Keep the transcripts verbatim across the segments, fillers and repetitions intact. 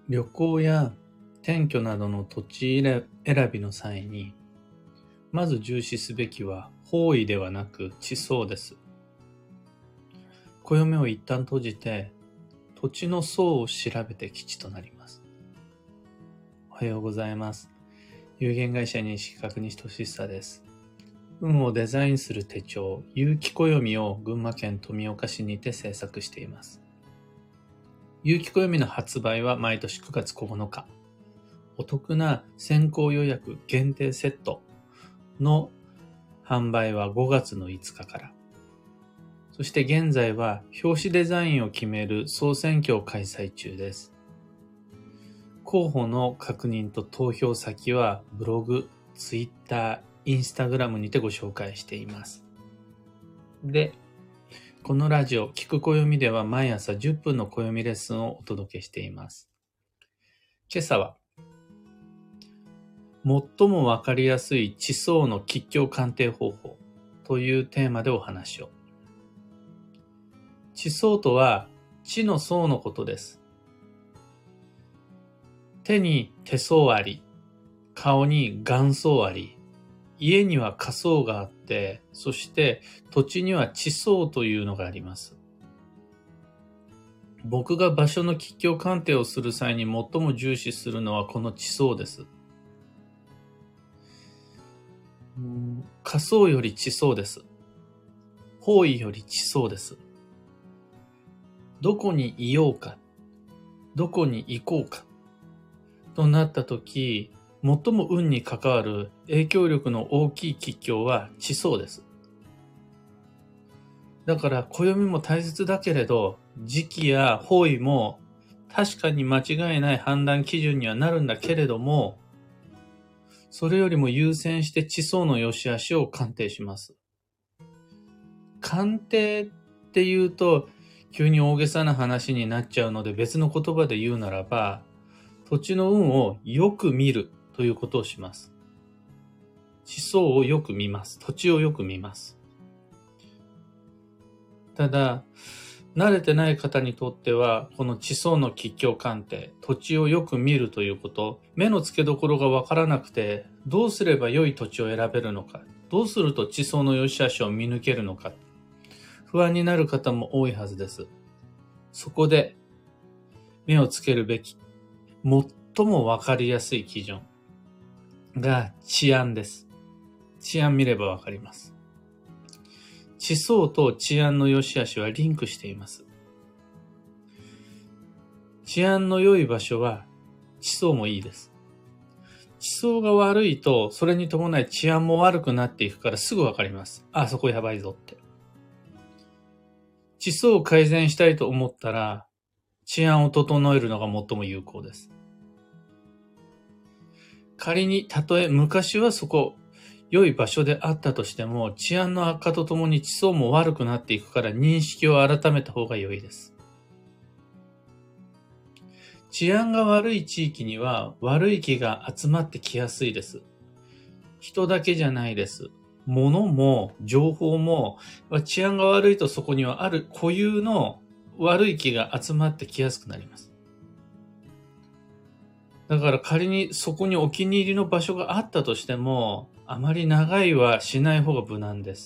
旅行や転居などの土地選びの際に、まず重視すべきは方位ではなく地層です。暦を一旦閉じて、土地の層を調べて吉となります。おはようございます。有限会社認識確認俊久です。運をデザインする手帳、有機暦を群馬県富岡市にて制作しています。有機暦の発売は毎年くがつここのか。お得な先行予約限定セットの販売はごがつのいつかから。そして現在は表紙デザインを決める総選挙を開催中です。候補の確認と投票先はブログ、ツイッター、インスタグラムにてご紹介しています。で、このラジオ、聞く暦では毎朝じゅっぷんの暦レッスンをお届けしています。今朝は、最もわかりやすい地層の吉凶鑑定方法というテーマでお話を。地層とは地の層のことです。手に手相あり、顔に眼相あり、家には家相があって、そして土地には地層というのがあります。僕が場所の吉凶鑑定をする際に最も重視するのはこの地層です。家相より地層です。方位より地層です。どこにいようか、どこに行こうかとなったとき、最も運に関わる影響力の大きい吉凶は地層です。だから暦も大切だけれど、時期や方位も確かに間違いない判断基準にはなるんだけれども、それよりも優先して地層の良し悪しを鑑定します。鑑定っていうと急に大げさな話になっちゃうので、別の言葉で言うならば、土地の運をよく見るということをします。地層をよく見ます。土地をよく見ます。ただ、慣れてない方にとっては、この地層の吉凶鑑定、土地をよく見るということ、目の付けどころがわからなくて、どうすれば良い土地を選べるのか、どうすると地層の良し悪しを見抜けるのか、不安になる方も多いはずです。そこで、目をつけるべき、最もわかりやすい基準が治安です。治安見ればわかります。地層と治安の良し悪しはリンクしています。治安の良い場所は地層もいいです。地層が悪いと、それに伴い治安も悪くなっていくからすぐわかります。あ、そこやばいぞって。地層を改善したいと思ったら、治安を整えるのが最も有効です。仮に、たとえ昔はそこ、良い場所であったとしても、治安の悪化とともに地層も悪くなっていくから認識を改めた方が良いです。治安が悪い地域には悪い気が集まってきやすいです。人だけじゃないです。物も情報も治安が悪いとそこにはある固有の悪い気が集まってきやすくなります。だから仮にそこにお気に入りの場所があったとしても、あまり長いはしない方が無難です。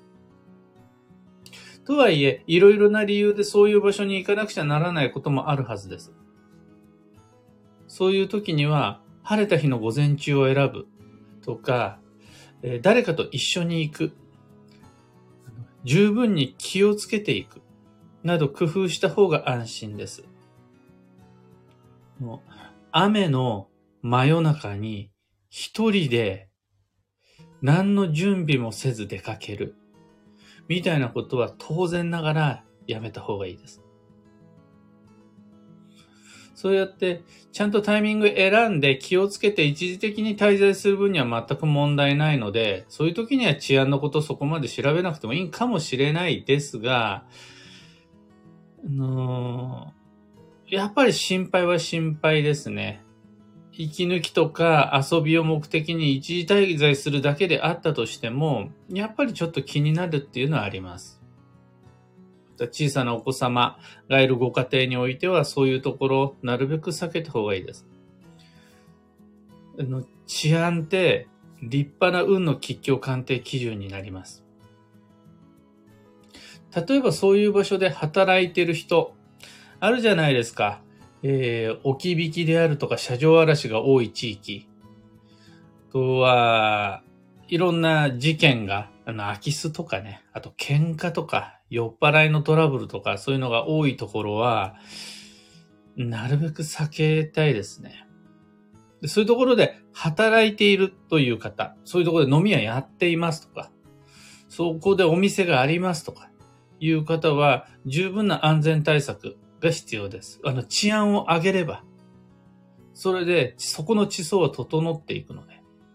とはいえ、いろいろな理由でそういう場所に行かなくちゃならないこともあるはずです。そういう時には、晴れた日の午前中を選ぶとか、誰かと一緒に行く、十分に気をつけていく、など工夫した方が安心です。もう雨の真夜中に一人で何の準備もせず出かけるみたいなことは当然ながらやめた方がいいです。そうやってちゃんとタイミング選んで気をつけて一時的に滞在する分には全く問題ないので、そういう時には治安のことをそこまで調べなくてもいいかもしれないですが、あのー、やっぱり心配は心配ですね。息抜きとか遊びを目的に一時滞在するだけであったとしても、やっぱりちょっと気になるっていうのはあります。 小さなお子様がいるご家庭においては、そういうところをなるべく避けた方がいいです。あの治安って立派な運の吉凶鑑定基準になります。例えばそういう場所で働いている人、あるじゃないですか。えー、置き引きであるとか車上荒らしが多い地域。あとは、いろんな事件が、あの、空き巣とかね、あと喧嘩とか、酔っ払いのトラブルとか、そういうのが多いところは、なるべく避けたいですね。でそういうところで働いているという方、そういうところで飲み屋やっていますとか、そこでお店がありますとかいう方は、十分な安全対策が必要です。あの、治安を上げれば、それで、そこの地層は整っていくので。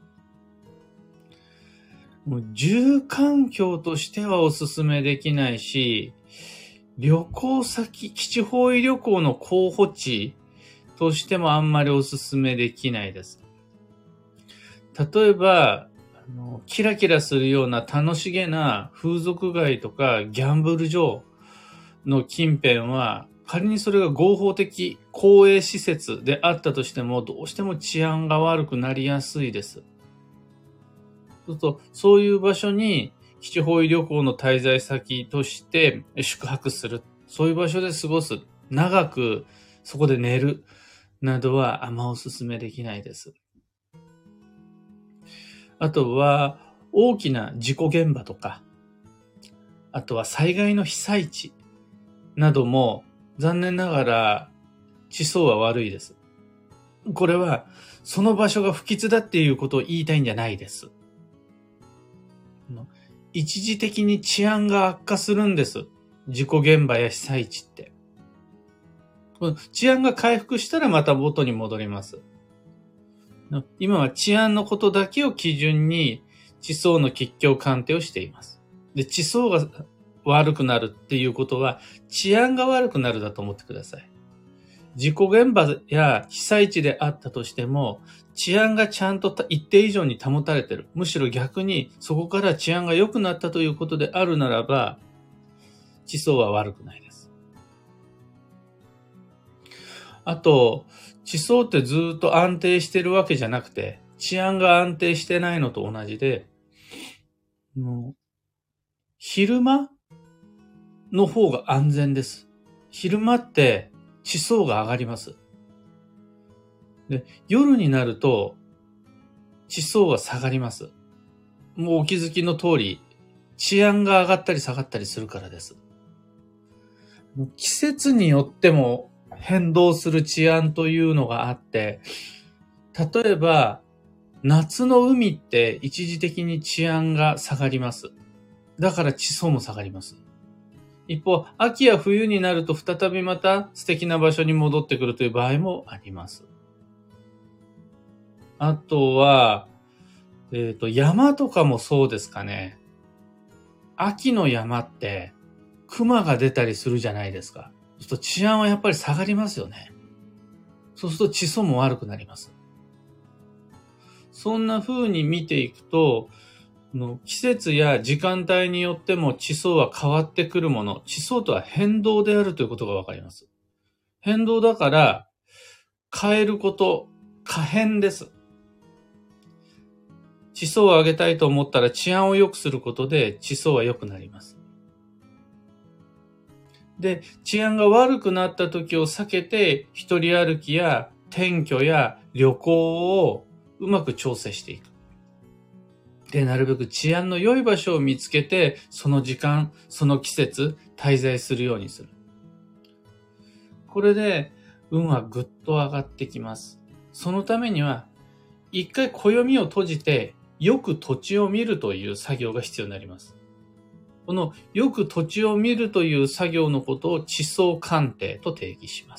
もう住環境としてはお勧めできないし、旅行先、基地方位旅行の候補地としてもあんまりお勧めできないです。例えば、あのキラキラするような楽しげな風俗街とかギャンブル場の近辺は、仮にそれが合法的公営施設であったとしても、どうしても治安が悪くなりやすいです。そうすると、そういう場所に基地方位旅行の滞在先として宿泊する。そういう場所で過ごす。長くそこで寝る。などはあんまお勧めできないです。あとは、大きな事故現場とか、あとは災害の被災地なども残念ながら地層は悪いです。これはその場所が不吉だっていうことを言いたいんじゃないです。一時的に治安が悪化するんです。事故現場や被災地って。治安が回復したらまた元に戻ります。今は治安のことだけを基準に地層の吉凶鑑定をしています。で、地層が悪くなるっていうことは治安が悪くなるだと思ってください。事故現場や被災地であったとしても、治安がちゃんと一定以上に保たれている。むしろ逆にそこから治安が良くなったということであるならば、地層は悪くないです。あと、地層ってずっと安定しているわけじゃなくて、治安が安定してないのと同じで、もう昼間の方が安全です。昼間って地層が上がります。で、夜になると地層は下がります。もうお気づきの通り、治安が上がったり下がったりするからです。季節によっても変動する治安というのがあって、例えば夏の海って一時的に治安が下がります。だから地層も下がります。一方、秋や冬になると再びまた素敵な場所に戻ってくるという場合もあります。あとは、えっと、山とかもそうですかね。秋の山って熊が出たりするじゃないですか。そうすると治安はやっぱり下がりますよね。そうすると地層も悪くなります。そんな風に見ていくと、の季節や時間帯によっても地層は変わってくるもの。地層とは変動であるということがわかります。変動だから変えること、可変です。地層を上げたいと思ったら治安を良くすることで地層は良くなります。で、治安が悪くなった時を避けて一人歩きや転居や旅行をうまく調整していく。で、なるべく治安の良い場所を見つけて、その時間、その季節、滞在するようにする。これで、運はぐっと上がってきます。そのためには、一回暦を閉じて、よく土地を見るという作業が必要になります。この、よく土地を見るという作業のことを地層鑑定と定義します。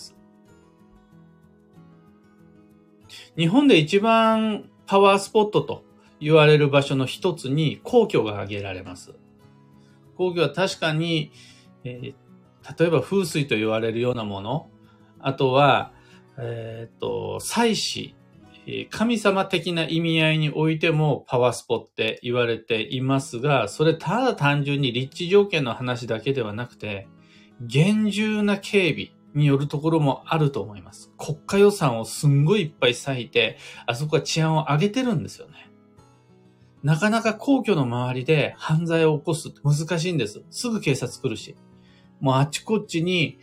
日本で一番パワースポットと言われる場所の一つに皇居が挙げられます。皇居は確かに、えー、例えば風水と言われるようなもの、あとは、えっと、祭祀神様的な意味合いにおいてもパワースポって言われていますが、それただ単純に立地条件の話だけではなくて、厳重な警備によるところもあると思います。国家予算をすんごいいっぱい割いて、あそこは治安を上げてるんですよね。なかなか皇居の周りで犯罪を起こすって難しいんです。すぐ警察来るし。もうあちこちに、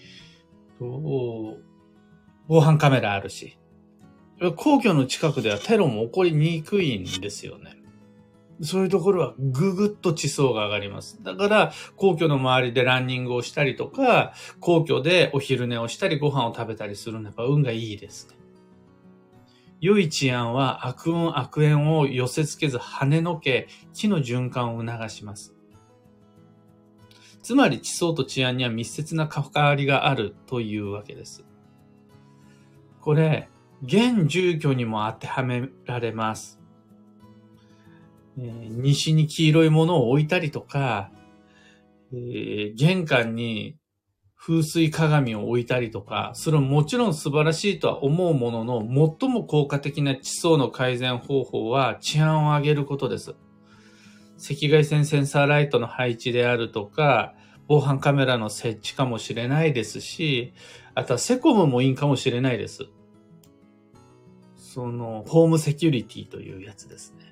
防犯カメラあるし。皇居の近くではテロも起こりにくいんですよね。そういうところはぐぐっと地層が上がります。だから皇居の周りでランニングをしたりとか、皇居でお昼寝をしたりご飯を食べたりするのが運がいいですね。良い治安は悪運悪縁を寄せ付けず跳ねのけ、気の循環を促します。つまり地層と治安には密接な関わりがあるというわけです。これ、現住居にも当てはめられます。えー、西に黄色いものを置いたりとか、えー、玄関に風水鏡を置いたりとか、それももちろん素晴らしいとは思うものの、最も効果的な地層の改善方法は治安を上げることです。赤外線センサーライトの配置であるとか、防犯カメラの設置かもしれないですし、あとはセコムもいいかもしれないです。その、ホームセキュリティというやつですね。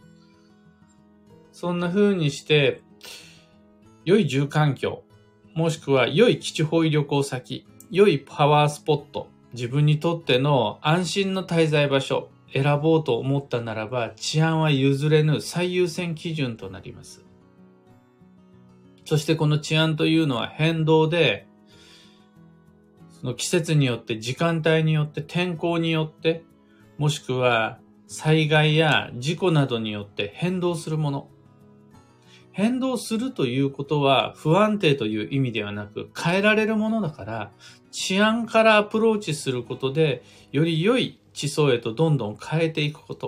そんな風にして、良い住環境、もしくは良い基地方位旅行先、良いパワースポット、自分にとっての安心の滞在場所、選ぼうと思ったならば、治安は譲れぬ最優先基準となります。そしてこの治安というのは変動で、その季節によって、時間帯によって、天候によって、もしくは災害や事故などによって変動するもの。変動するということは不安定という意味ではなく変えられるものだから、治安からアプローチすることでより良い地層へとどんどん変えていくこと。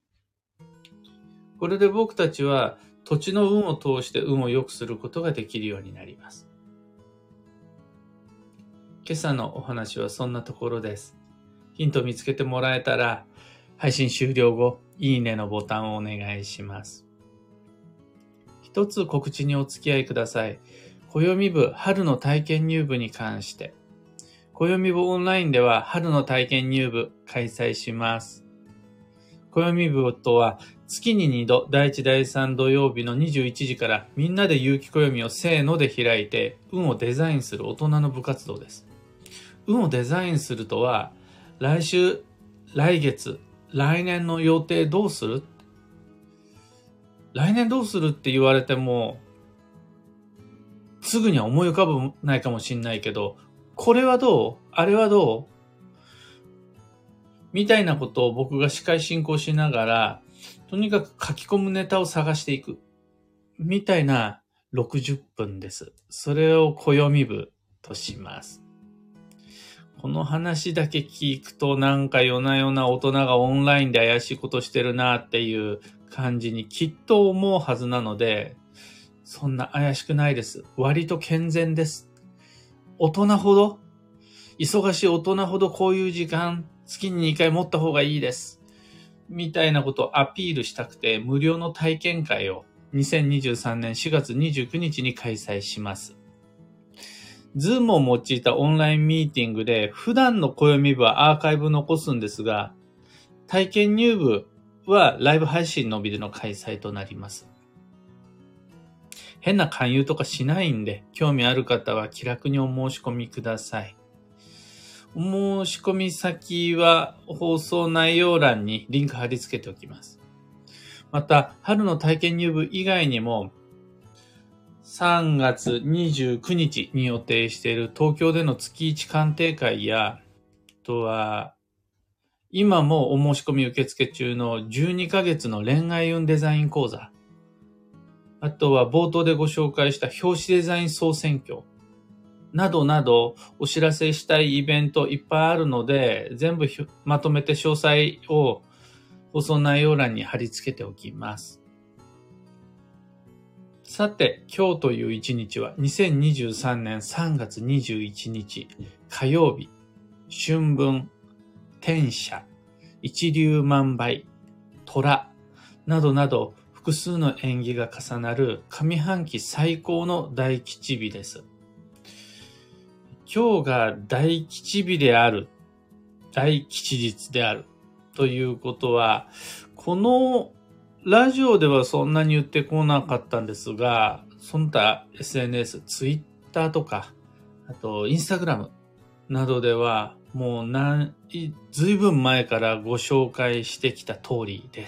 これで僕たちは土地の運を通して運を良くすることができるようになります。今朝のお話はそんなところです。ヒント見つけてもらえたら、配信終了後、いいねのボタンをお願いします。一つ告知にお付き合いください。暦部春の体験入部に関して。暦部オンラインでは春の体験入部開催します。暦部とは月ににどだいいちだいさん土曜日のにじゅういちじからみんなで有機暦をせーので開いて運をデザインする大人の部活動です。運をデザインするとは来週、来月、来年の予定どうする？来年どうするって言われても、すぐには思い浮かばないかもしれないけど、これはどう？あれはどう？みたいなことを僕が司会進行しながら、とにかく書き込むネタを探していく。みたいなろくじゅっぷんです。それを暦部とします。この話だけ聞くとなんか夜な夜な大人がオンラインで怪しいことしてるなっていう感じにきっと思うはずなので、そんな怪しくないです。割と健全です。大人ほど、忙しい大人ほどこういう時間月ににかい持った方がいいです。みたいなことをアピールしたくて無料の体験会をにせんにじゅうさんねんしがつにじゅうくにちに開催します。ズームを用いたオンラインミーティングで普段の暦部はアーカイブ残すんですが、体験入部はライブ配信のみでの開催となります。変な勧誘とかしないんで、興味ある方は気楽にお申し込みください。お申し込み先は放送内容欄にリンク貼り付けておきます。また、春の体験入部以外にも、さんがつにじゅうくにちに予定している東京での月いち鑑定会や、あとは、今もお申し込み受付中のじゅうにかげつの恋愛運デザイン講座、あとは冒頭でご紹介した表紙デザイン総選挙、などなどお知らせしたいイベントいっぱいあるので、全部まとめて詳細を放送内容欄に貼り付けておきます。さて、今日という一日はにせんにじゅうさんねんさんがつにじゅういちにち火曜日、春分、天赦、 一粒万倍、虎などなど複数の縁起が重なる上半期最高の大吉日です。今日が大吉日である、大吉日であるということは、このラジオではそんなに言ってこなかったんですが、その他 エスエヌエス、ツイッターとか、あとインスタグラムなどではもう何、ずいぶん前からご紹介してきた通りです。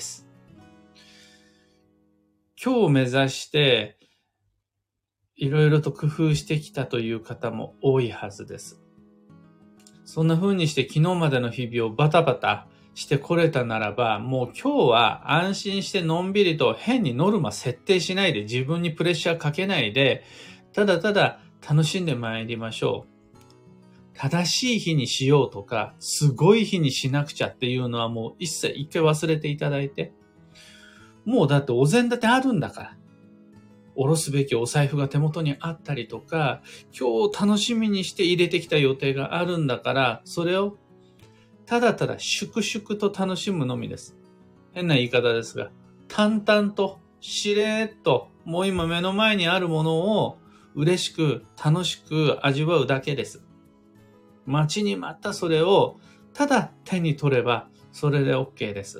今日を目指していろいろと工夫してきたという方も多いはずです。そんな風にして昨日までの日々をバタバタしてこれたならば、もう今日は安心してのんびりと変にノルマ設定しないで、自分にプレッシャーかけないで、ただただ楽しんでまいりましょう。正しい日にしようとか、すごい日にしなくちゃっていうのはもう一切一回忘れていただいて、もうだってお膳立てあるんだから。おろすべきお財布が手元にあったりとか、今日楽しみにして入れてきた予定があるんだから、それをただただ粛々と楽しむのみです。変な言い方ですが、淡々と、しれーっと、もう今目の前にあるものを嬉しく楽しく味わうだけです。待ちに待ったそれをただ手に取ればそれで OK です。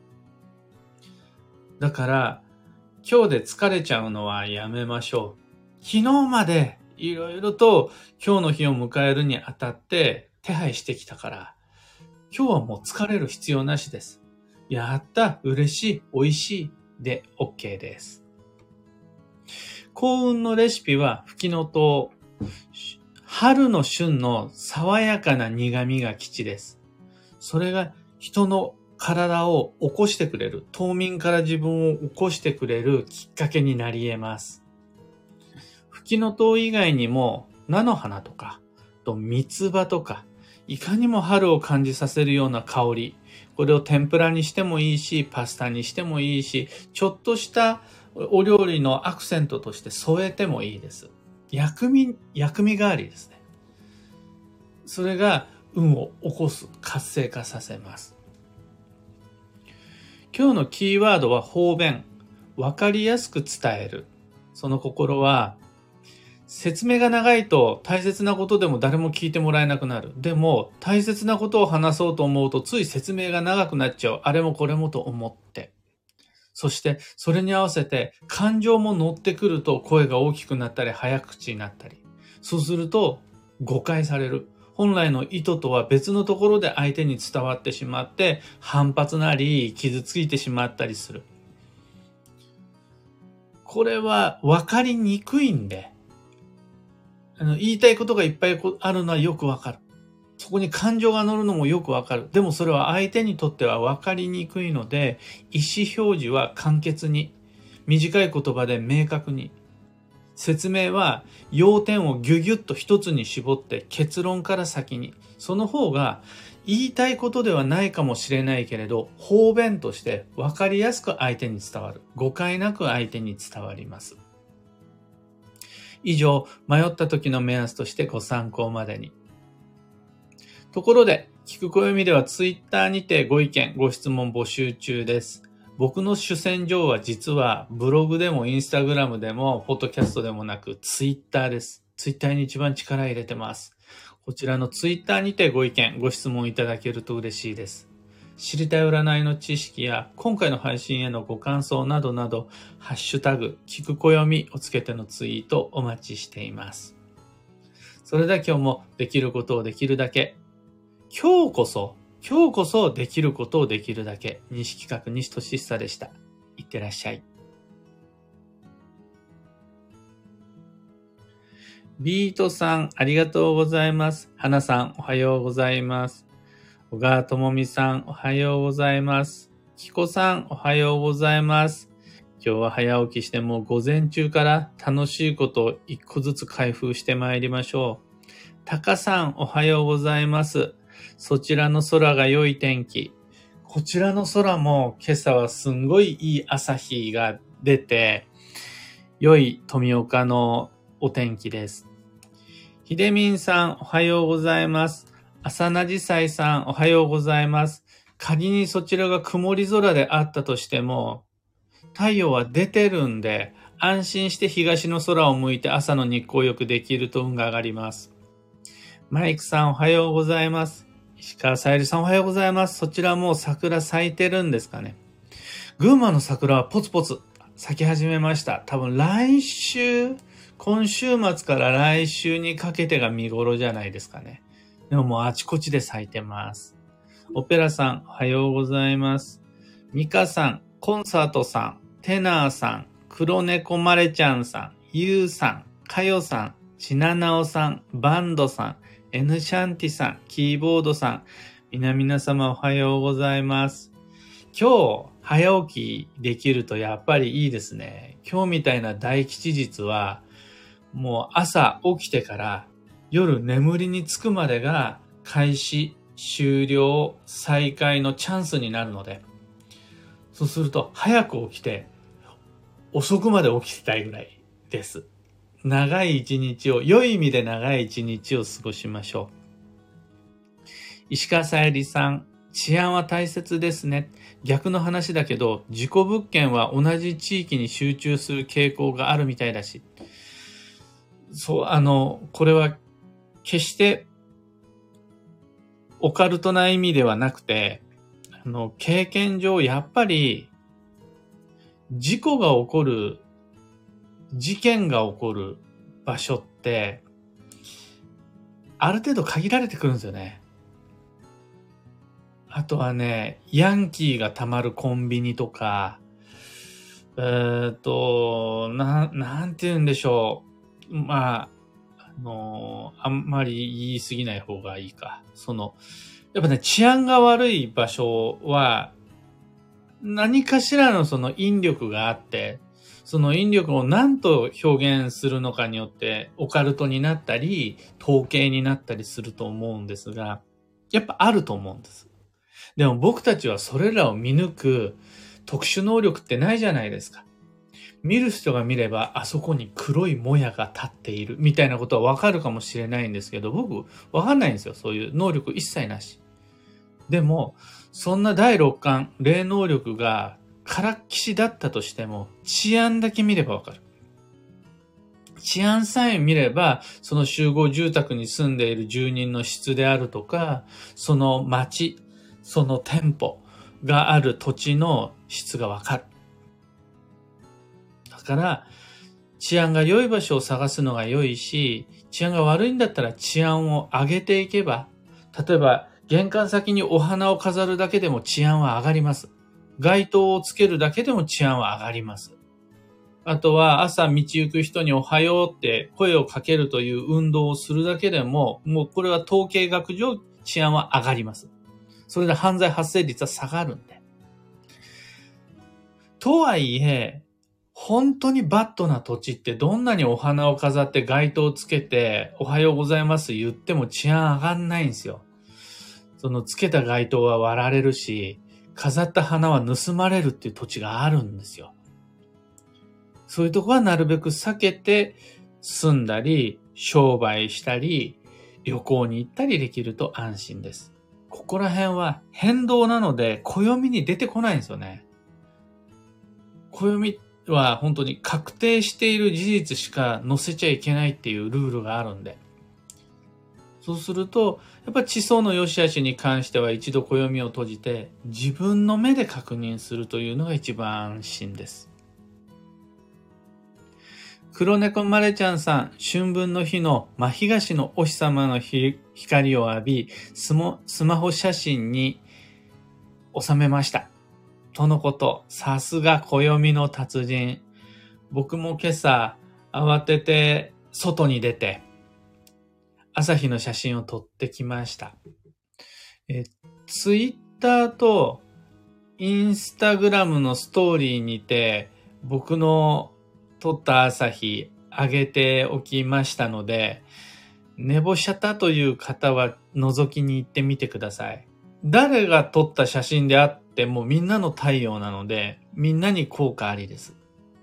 だから今日で疲れちゃうのはやめましょう。昨日までいろいろと今日の日を迎えるにあたって手配してきたから、今日はもう疲れる必要なしです。やった、嬉しい、美味しいで OK です。幸運のレシピはフキノトウ。春の旬の爽やかな苦味が吉です。それが人の体を起こしてくれる、冬眠から自分を起こしてくれるきっかけになり得ます。フキノトウ以外にも菜の花とか、と三つ葉とか、いかにも春を感じさせるような香り、これを天ぷらにしてもいいし、パスタにしてもいいし、ちょっとしたお料理のアクセントとして添えてもいいです。薬味、薬味代わりですね。それが運を起こす、活性化させます。今日のキーワードは方便。わかりやすく伝える。その心は、説明が長いと大切なことでも誰も聞いてもらえなくなる。でも大切なことを話そうと思うとつい説明が長くなっちゃう。あれもこれもと思って。そしてそれに合わせて感情も乗ってくると声が大きくなったり早口になったり。そうすると誤解される。本来の意図とは別のところで相手に伝わってしまって反発なり傷ついてしまったりする。これは分かりにくいんで、あの言いたいことがいっぱいあるのはよくわかる。そこに感情が乗るのもよくわかる。でもそれは相手にとっては分かりにくいので、意思表示は簡潔に、短い言葉で明確に。説明は要点をギュギュッと一つに絞って結論から先に。その方が言いたいことではないかもしれないけれど、方便として分かりやすく相手に伝わる。誤解なく相手に伝わります。以上、迷った時の目安としてご参考までに。ところで、聞く暦ではツイッターにてご意見、ご質問募集中です。僕の主戦場は実はブログでもインスタグラムでもポッドキャストでもなくツイッターです。ツイッターに一番力入れてます。こちらのツイッターにてご意見、ご質問いただけると嬉しいです。知りたい占いの知識や今回の配信へのご感想などなど、ハッシュタグ、聞く暦をつけてのツイートお待ちしています。それでは今日もできることをできるだけ。今日こそ、今日こそできることをできるだけ。西企画西俊久でした。いってらっしゃい。ビートさん、ありがとうございます。花さん、おはようございます。小川智美さん、おはようございます。きこさん、おはようございます。今日は早起きしても午前中から楽しいことを一個ずつ開封してまいりましょう。たかさん、おはようございます。そちらの空が良い天気。こちらの空も今朝はすんごいいい朝日が出て、良い富岡のお天気です。ひでみんさん、おはようございます。朝なじさいさん、おはようございます。 仮にそちらが曇り空であったとしても、太陽は出てるんで、安心して東の空を向いて朝の日光浴できると運が上がります。マイクさんおはようございます。石川さゆりさんおはようございます。そちらもう桜咲いてるんですかね。群馬の桜はポツポツ咲き始めました。多分来週、今週末から来週にかけてが見頃じゃないですかね。でももうあちこちで咲いてます。オペラさんおはようございます。ミカさん、コンサートさん、テナーさん、黒猫マレちゃんさん、ユウさん、カヨさん、チナナオさん、バンドさん、エヌシャンティさん、キーボードさん、皆々様おはようございます。今日早起きできるとやっぱりいいですね。今日みたいな大吉日はもう朝起きてから夜眠りにつくまでが開始、終了、再開のチャンスになるので、そうすると早く起きて遅くまで起きてたいぐらいです。長い一日を、良い意味で長い一日を過ごしましょう。石川さゆりさん、治安は大切ですね。逆の話だけど、事故物件は同じ地域に集中する傾向があるみたいだし。そう、あの、これは決してオカルトな意味ではなくて、あの、経験上やっぱり事故が起こる、事件が起こる場所って、ある程度限られてくるんですよね。あとはね、ヤンキーが溜まるコンビニとか、えーっと、な、なんて言うんでしょう。まあ、あの、あんまり言い過ぎない方がいいか。その、やっぱね、治安が悪い場所は、何かしらのその引力があって、その引力を何と表現するのかによって、オカルトになったり、統計になったりすると思うんですが、やっぱあると思うんです。でも僕たちはそれらを見抜く特殊能力ってないじゃないですか。見る人が見ればあそこに黒いもやが立っているみたいなことはわかるかもしれないんですけど、僕わかんないんですよ。そういう能力一切なし。でも、そんな第六感、霊能力がからっきしだったとしても、治安だけ見ればわかる。治安さえ見れば、その集合住宅に住んでいる住人の質であるとか、その町、その店舗がある土地の質がわかる。だから、治安が良い場所を探すのが良いし、治安が悪いんだったら治安を上げていけば、例えば玄関先にお花を飾るだけでも治安は上がります。街灯をつけるだけでも治安は上がります。あとは朝道行く人におはようって声をかけるという運動をするだけでも、もうこれは統計学上治安は上がります。それで犯罪発生率は下がるんで。とはいえ、本当にバッドな土地ってどんなにお花を飾って街灯をつけておはようございます言っても治安上がんないんですよ。そのつけた街灯は割られるし、飾った花は盗まれるっていう土地があるんですよ。そういうとこはなるべく避けて住んだり、商売したり、旅行に行ったりできると安心です。ここら辺は変動なので暦に出てこないんですよね。暦は本当に確定している事実しか載せちゃいけないっていうルールがあるんで。そうすると、やっぱ地層の良し悪しに関しては一度暦を閉じて自分の目で確認するというのが一番安心です。黒猫マレちゃんさん、春分の日の真東のお日様の光を浴び、スマホ写真に収めました。とのこと、さすが暦の達人。僕も今朝慌てて外に出て朝日の写真を撮ってきました。え、ツイッターとインスタグラムのストーリーにて僕の撮った朝日上げておきましたので、寝坊しちゃったという方は覗きに行ってみてください。誰が撮った写真であってもみんなの太陽なので、みんなに効果ありです。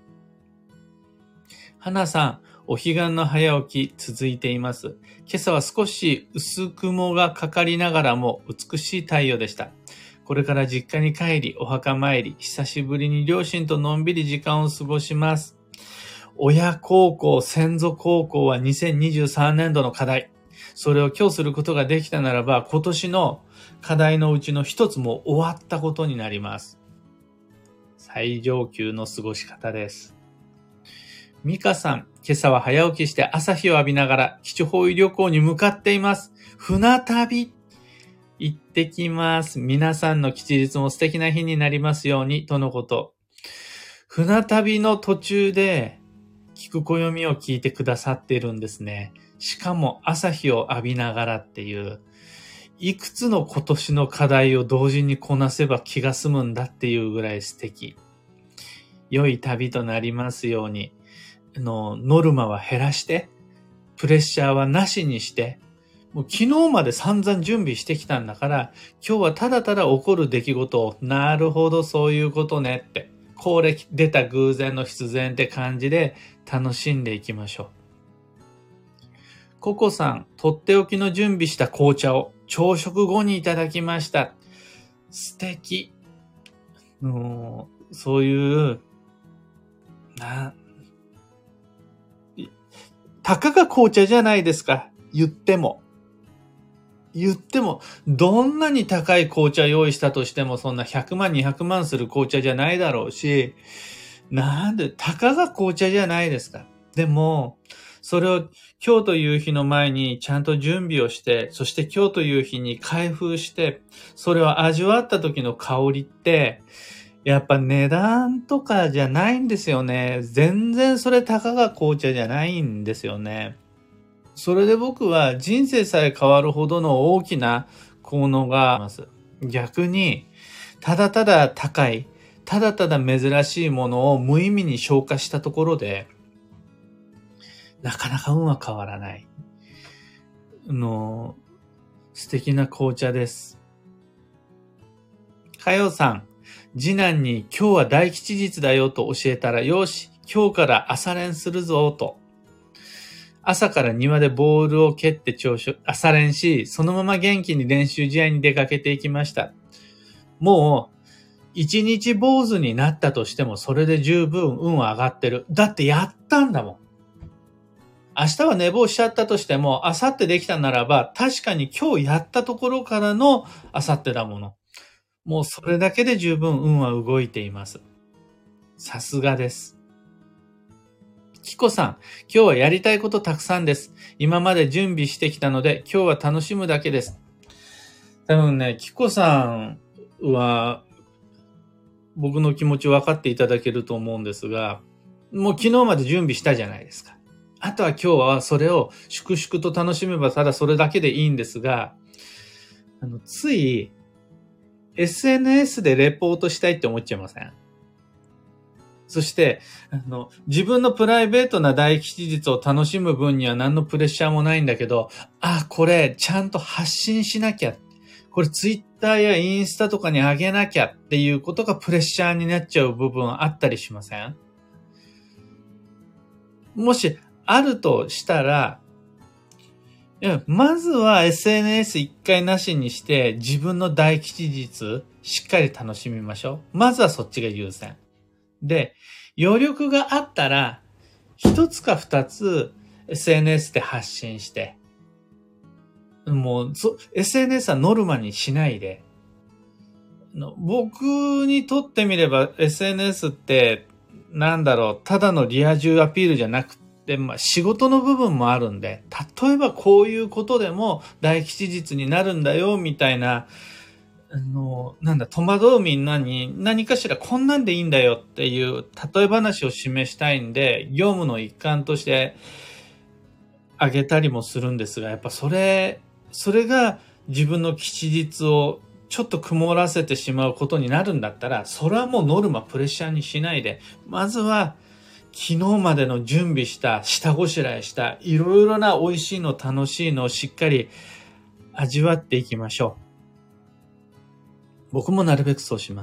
花さん、お彼岸の早起き続いています。今朝は少し薄雲がかかりながらも美しい太陽でした。 これから実家に帰り、お墓参り、久しぶりに両親とのんびり時間を過ごします。親孝行、先祖孝行はにせんにじゅうさんねんどの課題。それを今日することができたならば、今年の課題のうちの一つも終わったことになります。最上級の過ごし方です。ミカさん、今朝は早起きして朝日を浴びながら基地方位旅行に向かっています。船旅行ってきます。皆さんの吉日も素敵な日になりますように、とのこと。船旅の途中で聞く暦を聞いてくださっているんですね。しかも朝日を浴びながらっていう、いくつの今年の課題を同時にこなせば気が済むんだっていうぐらい素敵。良い旅となりますように、あの、ノルマは減らして、プレッシャーはなしにして、もう昨日まで散々準備してきたんだから、今日はただただ起こる出来事を、なるほどそういうことねって、これ出た偶然の必然って感じで楽しんでいきましょう。ココさん、とっておきの準備した紅茶を朝食後にいただきました。素敵。のそういう、な、たかが紅茶じゃないですか。言っても。言っても、どんなに高い紅茶用意したとしても、そんなひゃくまん、にひゃくまんする紅茶じゃないだろうし、なんで、たかが紅茶じゃないですか。でも、それを今日という日の前にちゃんと準備をして、そして今日という日に開封して、それを味わった時の香りって、やっぱ値段とかじゃないんですよね。全然それたかが紅茶じゃないんですよね。それで僕は人生さえ変わるほどの大きな効能があります。逆に、ただただ高い、ただただ珍しいものを無意味に消化したところで、なかなか運は変わらない。あの、素敵な紅茶です。かよさん、次男に今日は大吉日だよと教えたら、よし、今日から朝練するぞと。朝から庭でボールを蹴って朝食、朝練し、そのまま元気に練習試合に出かけていきました。もう、一日坊主になったとしても、それで十分運は上がってる。だってやったんだもん。明日は寝坊しちゃったとしても、明後日できたならば、確かに今日やったところからの明後日だもの。もうそれだけで十分運は動いています。さすがです。キコさん、今日はやりたいことたくさんです。今まで準備してきたので、今日は楽しむだけです。多分ね、キコさんは、僕の気持ち分かっていただけると思うんですが、もう昨日まで準備したじゃないですか。あとは今日はそれを粛々と楽しめばただそれだけでいいんですが、あの、つい エスエヌエス でレポートしたいって思っちゃいません？そして、あの、自分のプライベートな大吉日を楽しむ分には何のプレッシャーもないんだけど、あ、これちゃんと発信しなきゃ。これツイッターやインスタとかに上げなきゃっていうことがプレッシャーになっちゃう部分あったりしません？もしあるとしたら、いやまずは エスエヌエス 一回なしにして自分の大吉日しっかり楽しみましょう。まずはそっちが優先。で、余力があったら、一つか二つ エスエヌエス で発信して、もう、エスエヌエス はノルマにしないで、僕にとってみれば エスエヌエス って、なんだろう、ただのリア充アピールじゃなくて、まあ仕事の部分もあるんで、例えばこういうことでも大吉日になるんだよ、みたいな、あの、なんだ、戸惑うみんなに何かしらこんなんでいいんだよっていう例え話を示したいんで、業務の一環としてあげたりもするんですが、やっぱそれ、それが自分の吉日をちょっと曇らせてしまうことになるんだったら、それはもうノルマプレッシャーにしないで、まずは昨日までの準備した、下ごしらえした、いろいろな美味しいの楽しいのをしっかり味わっていきましょう。僕もなるべくそうします。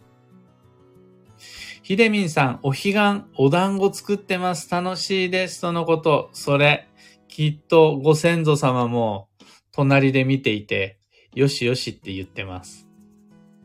ひでみんさん、お彼岸、お団子作ってます。楽しいです。とのこと。それ、きっとご先祖様も隣で見ていて、よしよしって言ってます。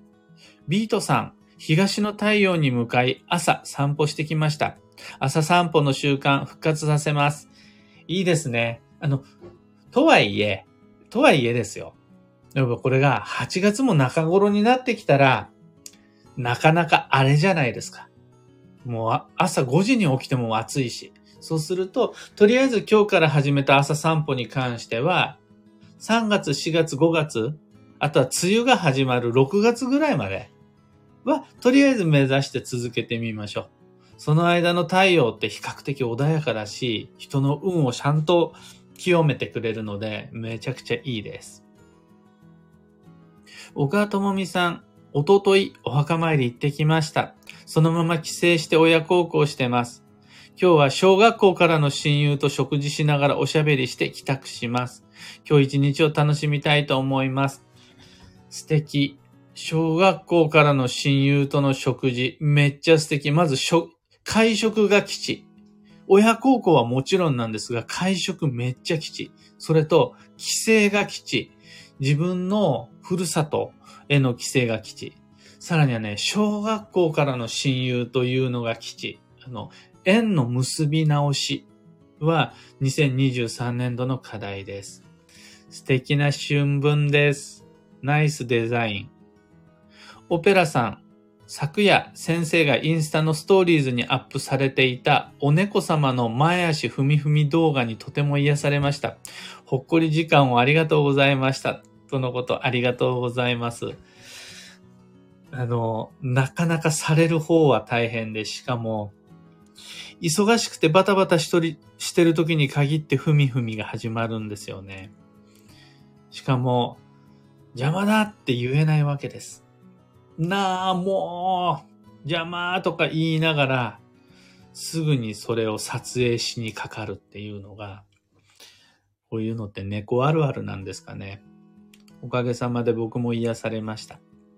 ビートさん、東の太陽に向かい朝散歩してきました。朝散歩の習慣復活させます。いいですね。あの、とはいえ、とはいえですよ。でもこれがはちがつも中頃になってきたら、なかなかあれじゃないですか。もう朝ごじに起きても暑いし。そうすると、とりあえず今日から始めた朝散歩に関しては、さんがつ、しがつ、ごがつ、あとは梅雨が始まるろくがつぐらいまでは、とりあえず目指して続けてみましょう。その間の太陽って比較的穏やかだし、人の運をちゃんと清めてくれるので、めちゃくちゃいいです。小川智美さん、おとといお墓参り行ってきました。そのまま帰省して親孝行してます。今日は小学校からの親友と食事しながらおしゃべりして帰宅します。今日一日を楽しみたいと思います。素敵。小学校からの親友との食事、めっちゃ素敵。まず、会食が基地。親孝行はもちろんなんですが、会食めっちゃ基地。それと、帰省が基地。自分のふるさとへの帰省が基地。さらにはね、小学校からの親友というのが基地。あの、縁の結び直しはにせんにじゅうさんねんどの課題です。素敵な春分です。ナイスデザイン。オペラさん、昨夜先生がインスタのストーリーズにアップされていたお猫様の前足ふみふみ動画にとても癒されました。ほっこり時間をありがとうございました。とのこと、ありがとうございます。あの、なかなかされる方は大変で、しかも、忙しくてバタバタしとりしてる時に限ってふみふみが始まるんですよね。しかも、邪魔だって言えないわけです。なあ、もう、邪魔とか言いながら、すぐにそれを撮影しにかかるっていうのが、こういうのって猫あるあるなんですかね。おかげさまで僕も癒されました。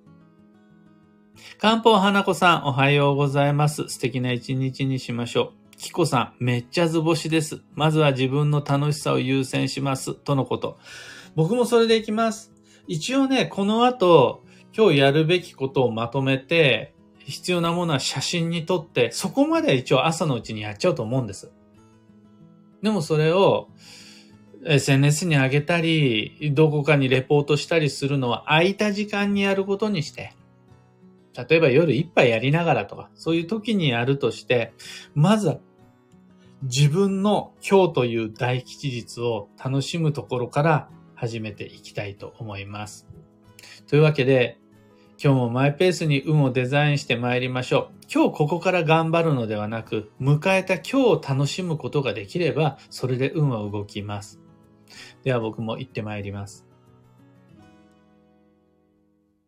漢方花子さん、おはようございます。素敵な一日にしましょう。キコさん、めっちゃ図星です。まずは自分の楽しさを優先します。とのこと。僕もそれでいきます。一応ね、この後、今日やるべきことをまとめて、必要なものは写真に撮って、そこまでは一応朝のうちにやっちゃうと思うんです。でもそれを エスエヌエス に上げたり、どこかにレポートしたりするのは空いた時間にやることにして、例えば夜一杯やりながらとか、そういう時にやるとして、まずは自分の今日という大吉日を楽しむところから始めていきたいと思います。というわけで、今日もマイペースに運をデザインして参りましょう。今日ここから頑張るのではなく、迎えた今日を楽しむことができれば、それで運は動きます。では僕も行って参ります。